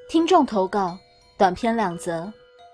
听众投稿，短篇2则。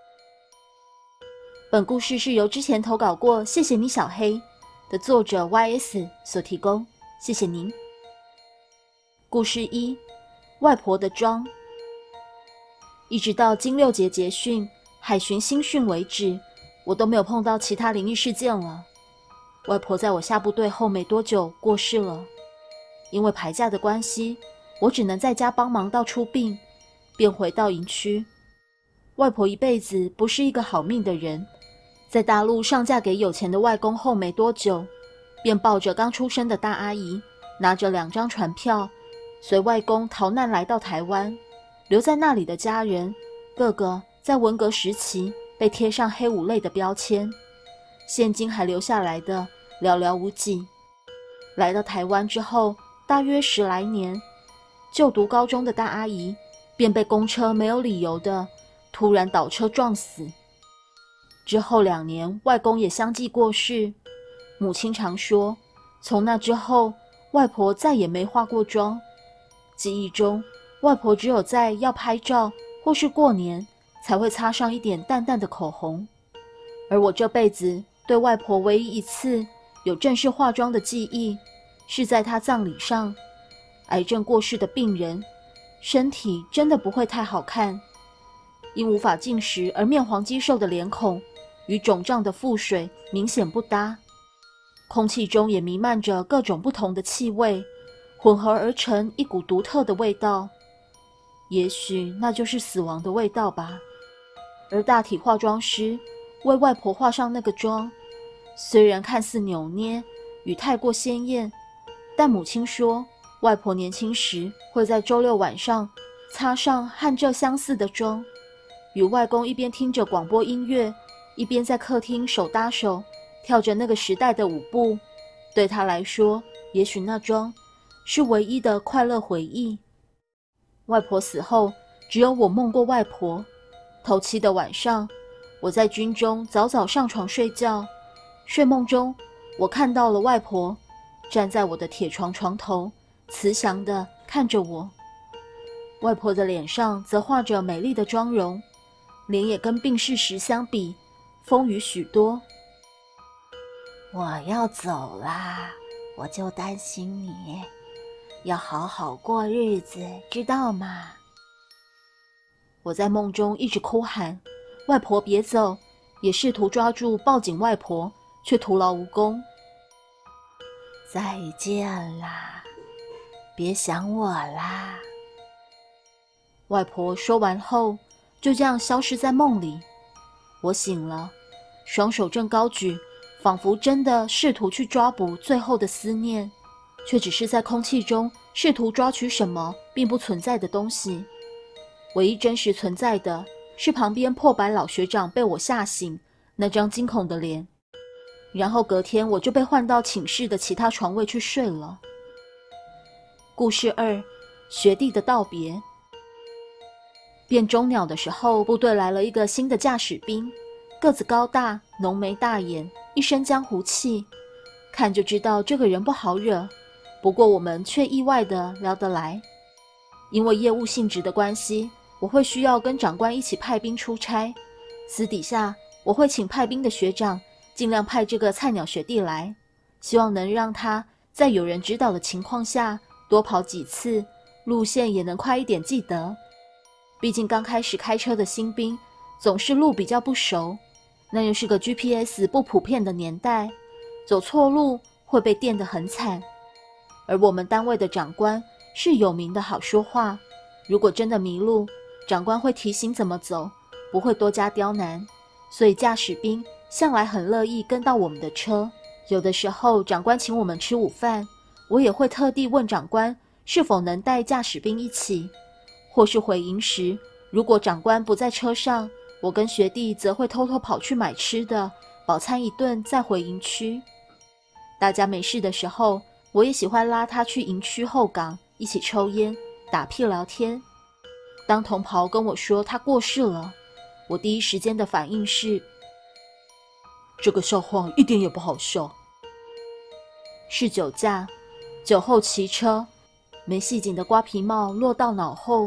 本故事是由之前投稿过谢谢你小黑的作者 YS 所提供，谢谢您。故事1，外婆的妆。一直到金六节结训、海巡新训为止，我都没有碰到其他灵异事件了。外婆在我下部队后没多久过世了，因为排假的关系，我只能在家帮忙到出殡，便回到营区。外婆一辈子不是一个好命的人，在大陆上嫁给有钱的外公后没多久，便抱着刚出生的大阿姨，拿着2张船票，随外公逃难来到台湾。留在那里的家人，个个在文革时期被贴上黑五类的标签，现今还留下来的寥寥无几。来到台湾之后，大约10来年，就读高中的大阿姨便被公车没有理由的突然倒车撞死。之后2年，外公也相继过世。母亲常说，从那之后，外婆再也没化过妆。记忆中，外婆只有在要拍照或是过年才会擦上一点淡淡的口红。而我这辈子对外婆唯一一次有正式化妆的记忆，是在她葬礼上。癌症过世的病人，身体真的不会太好看，因无法进食而面黄肌瘦的脸孔与肿胀的腹水明显不搭，空气中也弥漫着各种不同的气味，混合而成一股独特的味道。也许那就是死亡的味道吧。而大体化妆师为外婆画上那个妆，虽然看似扭捏与太过鲜艳，但母亲说，外婆年轻时会在周六晚上擦上和这相似的妆，与外公一边听着广播音乐，一边在客厅手搭手跳着那个时代的舞步。对他来说，也许那妆是唯一的快乐回忆。外婆死后，只有我梦过外婆。头七的晚上，我在军中早早上床睡觉，睡梦中我看到了外婆站在我的铁床床头，慈祥地看着我。外婆的脸上则画着美丽的妆容，脸也跟病逝时相比丰腴许多。 我要走啦，我就担心你，要好好过日子，知道吗？ 我在梦中一直哭喊，外婆别走，也试图抓住抱紧外婆，却徒劳无功。 再见啦，别想我啦。 外婆说完后，就这样消失在梦里。我醒了，双手正高举，仿佛真的试图去抓捕最后的思念，却只是在空气中试图抓取什么并不存在的东西。唯一真实存在的是旁边破百老学长被我吓醒那张惊恐的脸，然后隔天我就被换到寝室的其他床位去睡了。故事2，学弟的道别。变中鸟的时候，部队来了一个新的驾驶兵，个子高大，浓眉大眼，一身江湖气，看就知道这个人不好惹。不过我们却意外地聊得来。因为业务性质的关系，我会需要跟长官一起派兵出差，私底下我会请派兵的学长尽量派这个菜鸟学弟来，希望能让他在有人指导的情况下多跑几次，路线也能快一点记得。毕竟刚开始开车的新兵总是路比较不熟，那又是个 GPS 不普遍的年代，走错路会被电得很惨。而我们单位的长官是有名的好说话，如果真的迷路，长官会提醒怎么走，不会多加刁难，所以驾驶兵向来很乐意跟到我们的车。有的时候长官请我们吃午饭，我也会特地问长官是否能带驾驶兵一起，或是回营时，如果长官不在车上，我跟学弟则会偷偷跑去买吃的，饱餐一顿再回营区。大家没事的时候，我也喜欢拉他去营区后岗一起抽烟打屁聊天。当同袍跟我说他过世了，我第一时间的反应是， 这个笑话一点也不好笑。 是酒驾，酒后骑车，没系紧的瓜皮帽落到脑后，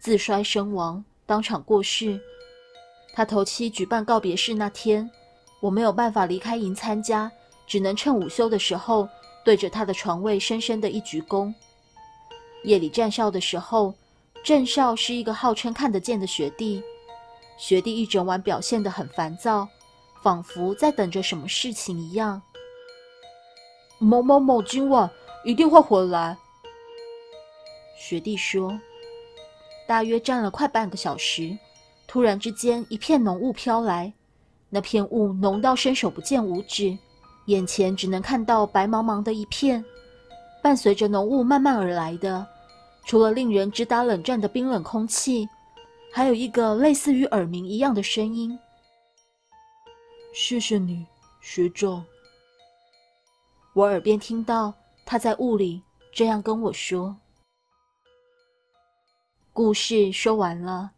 自摔身亡，当场过世。他头七举办告别式那天，我没有办法离开营参加，只能趁午休的时候对着他的床位深深的一鞠躬。夜里站哨的时候，正少是一个号称看得见的学弟，学弟一整晚表现得很烦躁，仿佛在等着什么事情一样。 某某某今晚一定会回来， 学弟说。大约站了快半个小时，突然之间一片浓雾飘来，那片雾浓到伸手不见五指，眼前只能看到白茫茫的一片。伴随着浓雾慢慢而来的，除了令人直打冷战的冰冷空气，还有一个类似于耳鸣一样的声音。 谢谢你，学长。 我耳边听到他在雾里这样跟我说。故事说完了。